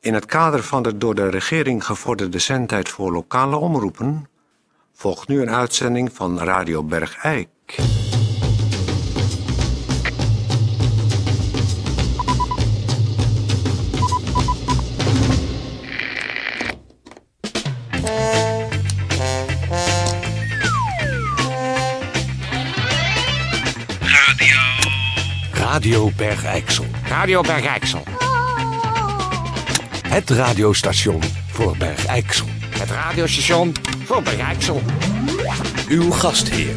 In het kader van de door de regering gevorderde zendtijd voor lokale omroepen volgt nu een uitzending van Radio Bergijk. Radio Bergijksel. Radio Bergijksel. Het radiostation voor Bergijksel. Het radiostation voor Bergijksel. Uw gastheer.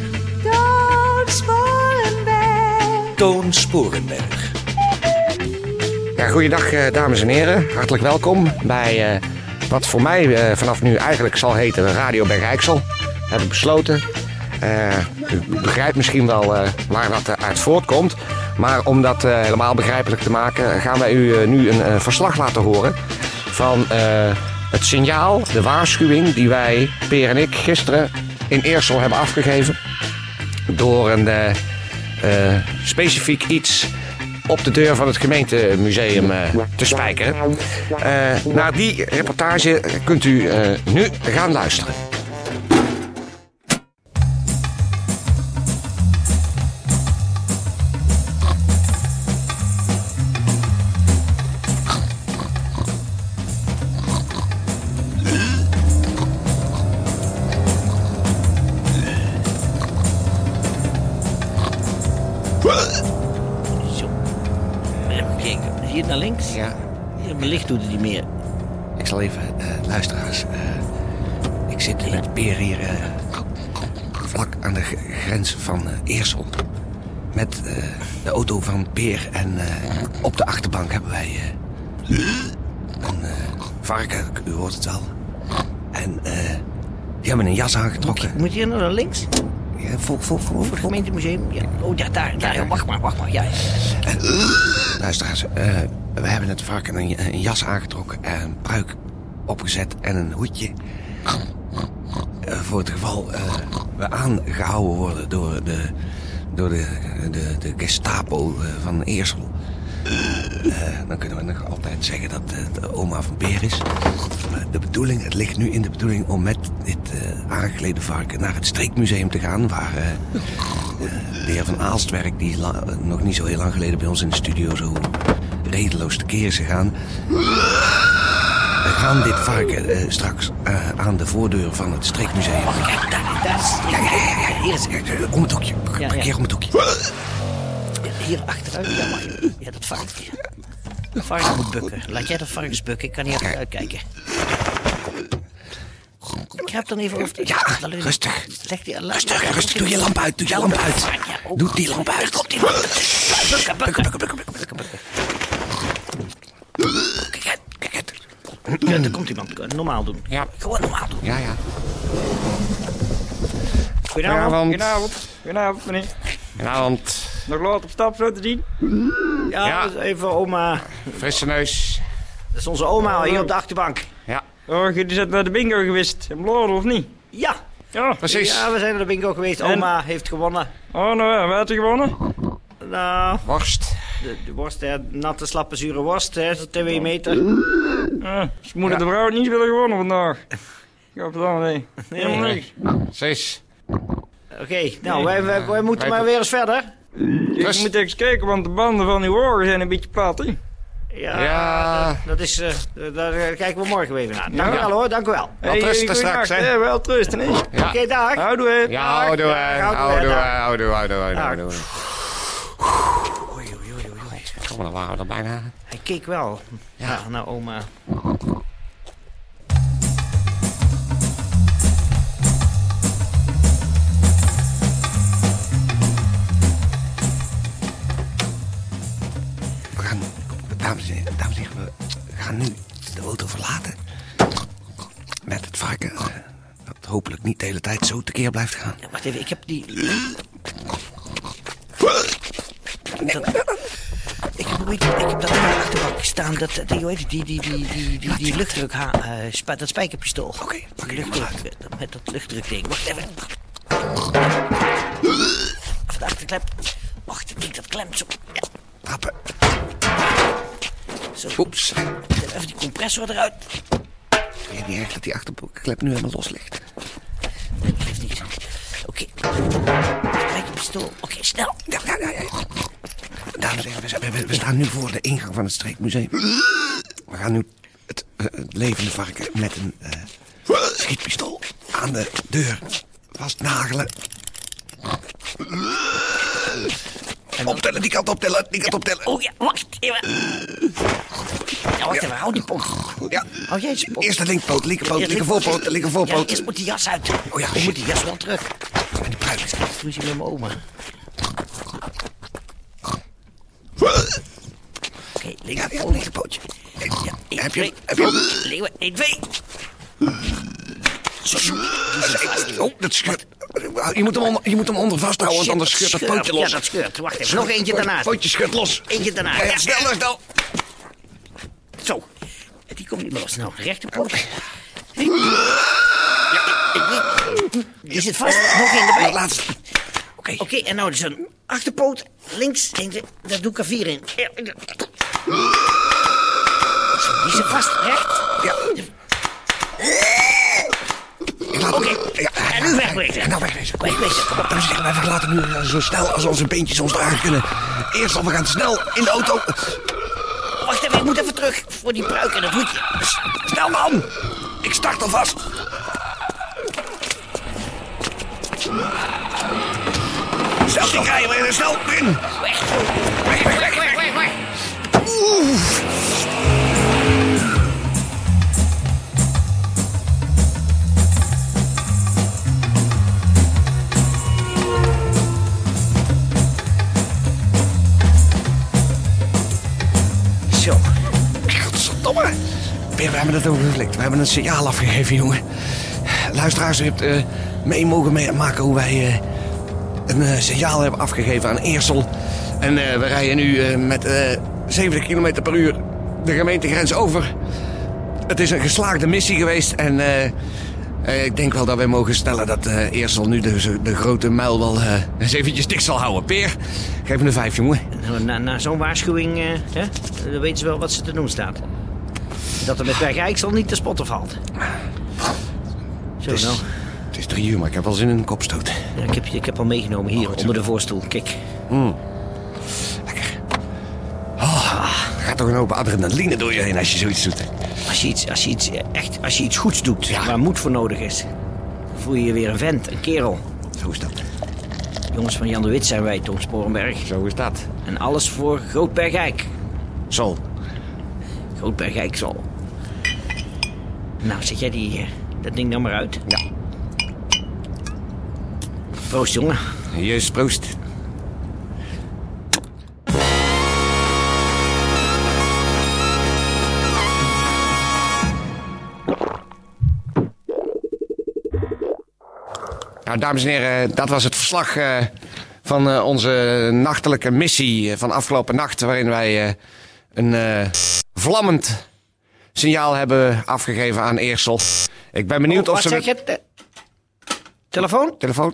Toon Sporenberg. Ja, goeiedag dames en heren. Hartelijk welkom bij wat voor mij vanaf nu eigenlijk zal heten Radio Bergijksel. Heb ik besloten. U begrijpt misschien wel waar dat uit voortkomt. Maar om dat helemaal begrijpelijk te maken gaan wij u nu een verslag laten horen van het signaal, de waarschuwing die wij, Peer en ik, gisteren in Eersel hebben afgegeven. Door een specifiek iets op de deur van het gemeentemuseum te spijkeren. Naar die reportage kunt u nu gaan luisteren. Hier naar links? Ja. Hier, mijn licht doet het niet meer. Ik zal even, luisteraars. Ik zit met Peer hier vlak aan de grens van Eersel. Met de auto van Peer en op de achterbank hebben wij een varken, u hoort het al. En die hebben een jas aangetrokken. Moet je naar links? Ja, voor Het gemeentemuseum? Ja. Oh, ja, daar. Ja, wacht maar. Ja. Luisteraars, we hebben het varken een jas aangetrokken en een pruik opgezet en een hoedje. Voor het geval we aangehouden worden door de Gestapo van Eersel. Dan kunnen we nog altijd zeggen dat de oma van Peer is. Maar het ligt nu in de bedoeling om met dit aangeklede varken naar het streekmuseum te gaan. Waar de heer Van Aalst werkt, die nog niet zo heel lang geleden bij ons in de studio zo redeloos tekeer is gegaan. We gaan dit varken straks aan de voordeur van het streekmuseum. Wacht, kijk, daar is... Ja, hier is het. Om het hoekje. Parkeer om het hoekje. Hier achteruit. Ja, mag je. Ja, dat varkens. Dat varkens moet bukken. Laat jij dat varkens bukken. Ik kan niet achteruit kijken. Ik heb dan even over... Ja, rustig. Rustig. Doe je lamp uit. Doe die lamp uit. Op die lamp. Bukken. Kijk het. Ja, daar komt iemand. Normaal doen. Ja. Gewoon normaal doen. Ja. Goedenavond, meneer. Goedenavond. Nog laat op stap zo te zien? Ja, dat is even oma. Frisse neus. Dat is onze oma hier op de achterbank. Ja. Oh, jullie zijn naar de bingo geweest. In Bloren, of niet? Ja. Ja. Precies. Ja, we zijn naar de bingo geweest. Oma heeft gewonnen. Oh, nou, wat had je gewonnen? Nou, Worst. de worst, hè. Natte, slappe, zure worst, hè. 2 meter. Ze moeten de vrouw niet willen gewonnen vandaag. Ik hoop het dan, nee. Helemaal niks. Precies. Oké, nou, wij moeten maar weer eens verder. Ik moet eens kijken, want de banden van uw oren zijn een beetje plat, hè? Ja. Dat is... daar kijken we morgen weer even naar. Dank u wel, hoor. Dank u wel. Wel trusten straks, hè? Ja, wel trusten, hè? Ja. Oké, dag. Houdoe. Ja, houdoe. Kom maar, dan waren we er bijna. Hij keek wel. Ja, naar oma. We gaan, dames en heren, we gaan nu de auto verlaten. Met het varken. Dat hopelijk niet de hele tijd zo tekeer blijft gaan. Ja, wacht even, ik heb die... Ik heb dat in de achterbak staan, die luchtdruk, dat spijkerpistool. Oké, pak je met dat luchtdrukding. Wacht even. Even de achterklep. Wacht, ik denk dat klemt zo. Ja. Trappen. Zo. Oeps. Even die compressor eruit. Ik weet niet echt dat die achterklep nu helemaal los ligt. Nee, dat geeft niet. Oké. Kijk je pistool. Oké, snel. Ja. Dames en heren, we staan nu voor de ingang van het Streekmuseum. We gaan nu het levende varken met een schietpistool aan de deur vastnagelen. Optellen, die kant optellen. Oh ja, wacht even. Ja, wacht even, hou die poot. Ja. Hou jij eens poot. Eerst de linkerpoot, linkervoorpoot. Ja, eerst moet die jas uit. Oh ja, ik moet die jas wel terug. En die pruik. Doe eens met mijn oma. Oké, linkerpootje. Ja, Heb je? Leeuwen, 1, 2. Oh, dat scheurt. Je moet hem onder vasthouden, want anders scheurt het pootje los. Ja, dat scheurt. Wacht even, nog eentje daarnaast. Pootje scheurt los. Eentje daarnaast. Ja, snel. Zo. Die komt niet meer los. Nou, de rechterpoot. Die zit vast. Nog één erbij. De laatste. Oké, en nou dus een achterpoot. Links. Daar doe ik er 4 in. Zo, die zit vast. Recht. Ja. Oké. En nu wegwezen. Nou, wegwezen. Kom op. Dames en heren, we laten nu zo snel als onze beentjes ons dragen kunnen. Eerst al, we gaan snel in de auto. Wacht even, ik moet even terug voor die pruik en dat hoedje. Snel man! Ik start alvast. Snel rijden we, snel in. Weg. Zo. Godverdomme. Peer, we hebben het overgelikt. We hebben een signaal afgegeven, jongen. Luisteraars, u hebt mee mogen maken hoe wij een signaal hebben afgegeven aan Eersel. En we rijden nu met 70 km per uur de gemeentegrens over. Het is een geslaagde missie geweest en ik denk wel dat wij mogen stellen dat Eersel nu de grote muil wel eens eventjes dicht zal houden. Peer, geef me een 5, jongen. Na zo'n waarschuwing, dan weten ze wel wat ze te doen staat. Dat er met Bergijksel niet te spotten valt. Zo nou. Het is 3 uur, maar ik heb wel zin in een kopstoot. Ja, ik heb al meegenomen hier onder de voorstoel. Kijk. Lekker. Er gaat toch een hoop adrenaline door je heen als je zoiets doet. Hè? Als je iets goeds doet, Ja. waar moed voor nodig is, voel je je weer een vent, een kerel. Zo is dat. Jongens van Jan de Wit zijn wij, Toon Sporenberg. Zo is dat. En alles voor Groot Bergijk. Zal. Groot Bergijk zal. Nou, zet jij dat ding dan maar uit. Ja. Proost, jongen. Juist, proost. Nou, dames en heren, dat was het verslag van onze nachtelijke missie van afgelopen nacht, waarin wij een vlammend signaal hebben afgegeven aan Eersel. Ik ben benieuwd of wat ze... zeg je? Telefoon? Telefoon?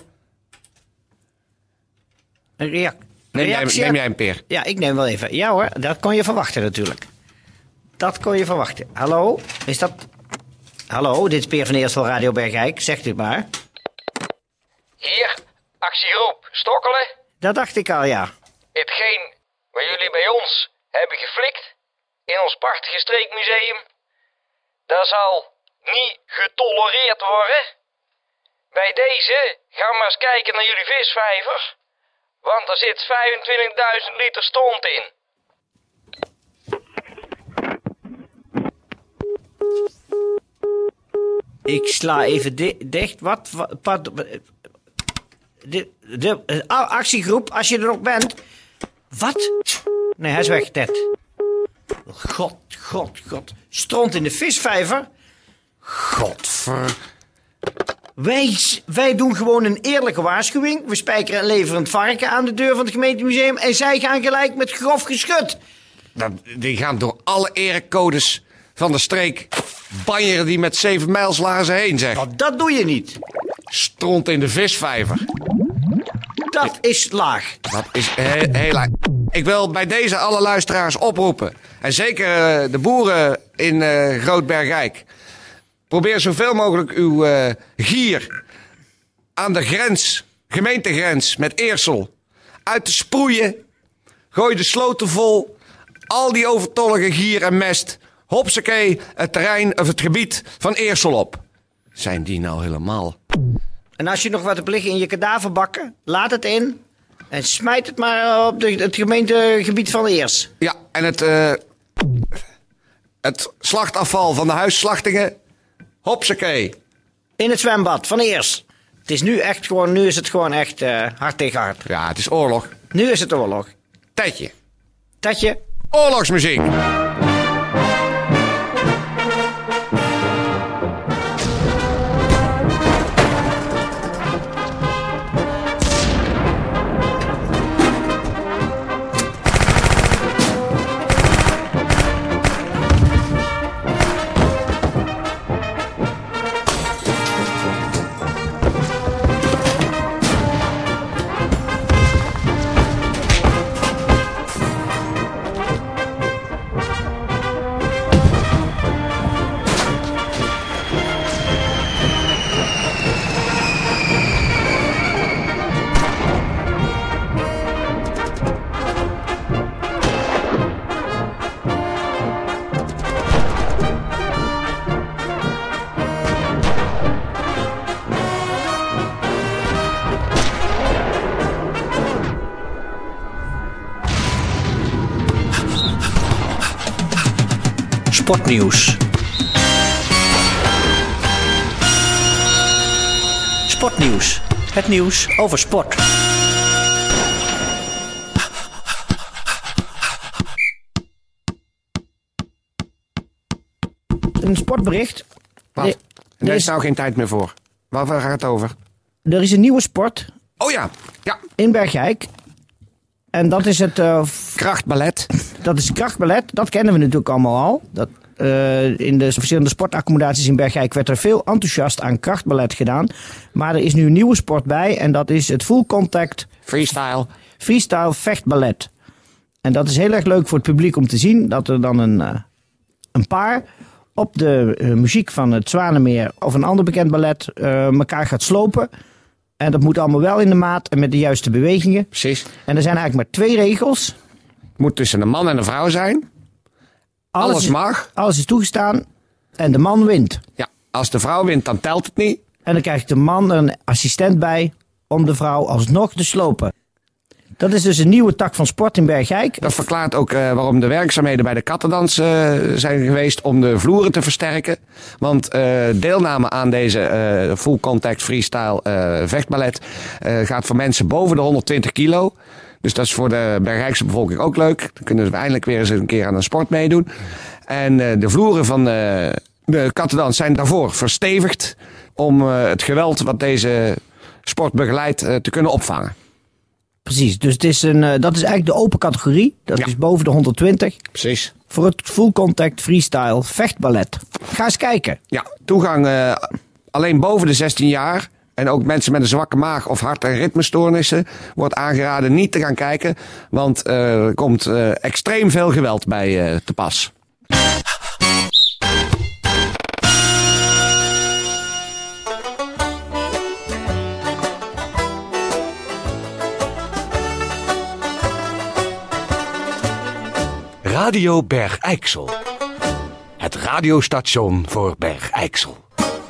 Een Neem reactie? jij een, Peer? Ja, ik neem wel even. Ja hoor, dat kon je verwachten natuurlijk. Dat kon je verwachten. Hallo? Is dat... Hallo, dit is Peer van Eersel, Radio Bergijk. Zegt u maar. Hier, actiegroep Stokkelen. Dat dacht ik al, ja. Hetgeen wat jullie bij ons hebben geflikt in ons prachtige streekmuseum, dat zal niet getolereerd worden. Bij deze gaan we eens kijken naar jullie visvijver, want er zit 25.000 liter stront in. Ik sla even dicht. Wat? De actiegroep, als je er nog bent. Wat? Nee, hij is weg, Ted. God. Stront in de visvijver? Wij doen gewoon een eerlijke waarschuwing. We spijkeren een leverend varken aan de deur van het gemeentemuseum. En zij gaan gelijk met grof geschut. Die gaan door alle erecodes van de streek. Banjeren die met 7 mijlslaarzen heen, zeg. Dat doe je niet. Stront in de visvijver. Dat is laag. Dat is heel laag. Ik wil bij deze alle luisteraars oproepen. En zeker de boeren in Groot-Bergijk. Probeer zoveel mogelijk uw gier aan de grens, gemeentegrens met Eersel, uit te sproeien. Gooi de sloten vol. Al die overtollige gier en mest. Hopsakee, het terrein of het gebied van Eersel op. Zijn die nou helemaal? En als je nog wat hebt liggen in je kadaverbakken, laat het in. En smijt het maar op het gemeentegebied van Eers. Ja, en het slachtafval van de huisslachtingen. Hopsakee. In het zwembad van Eers. Het is nu echt gewoon, nu is het gewoon echt hard tegen hard. Ja, het is oorlog. Nu is het oorlog. Tetje. Tatje. Oorlogsmuziek. Sportnieuws. Sportnieuws. Het nieuws over sport. Een sportbericht. Wat? Er is nou geen tijd meer voor. Waar gaat het over? Er is een nieuwe sport Oh ja. Ja. in Bergijk. En dat is het Krachtballet. dat is krachtballet. Dat kennen we natuurlijk allemaal al. Dat, in de verschillende sportaccommodaties in Bergijk werd er veel enthousiast aan krachtballet gedaan. Maar er is nu een nieuwe sport bij. En dat is het full contact freestyle vechtballet. En dat is heel erg leuk voor het publiek om te zien. Dat er dan een paar op de muziek van het Zwanemeer of een ander bekend ballet elkaar gaat slopen. En dat moet allemaal wel in de maat en met de juiste bewegingen. Precies. En er zijn eigenlijk maar 2 regels. Het moet tussen een man en een vrouw zijn. Alles mag. Alles is toegestaan. En de man wint. Ja. Als de vrouw wint, dan telt het niet. En dan krijgt de man er een assistent bij om de vrouw alsnog te slopen. Dat is dus een nieuwe tak van sport in Bergijk. Dat verklaart ook waarom de werkzaamheden bij de kattendans zijn geweest om de vloeren te versterken. Want deelname aan deze full contact freestyle vechtballet gaat voor mensen boven de 120 kilo. Dus dat is voor de Bergijkse bevolking ook leuk. Dan kunnen ze eindelijk weer eens een keer aan een sport meedoen. En de vloeren van de kattendans zijn daarvoor verstevigd om het geweld wat deze sport begeleidt te kunnen opvangen. Precies, dus het is dat is eigenlijk de open categorie. Dat is boven de 120. Precies. Voor het full contact freestyle vechtballet. Ga eens kijken. Ja, toegang alleen boven de 16 jaar. En ook mensen met een zwakke maag of hart- en ritmestoornissen wordt aangeraden niet te gaan kijken. Want er komt extreem veel geweld bij te pas. Radio Bergijksel. Het radiostation voor Bergijksel.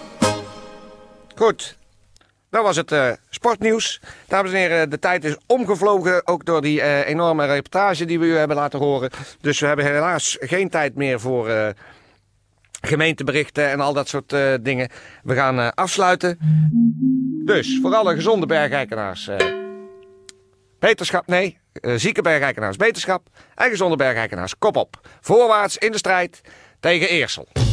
Goed, dat was het sportnieuws. Dames en heren, de tijd is omgevlogen. Ook door die enorme reportage die we u hebben laten horen. Dus we hebben helaas geen tijd meer voor gemeenteberichten en al dat soort dingen. We gaan afsluiten. Dus voor alle gezonde bergijkenaars... zieke bergijkenaars beterschap en gezonde bergijkenaars kop op. Voorwaarts in de strijd tegen Eersel.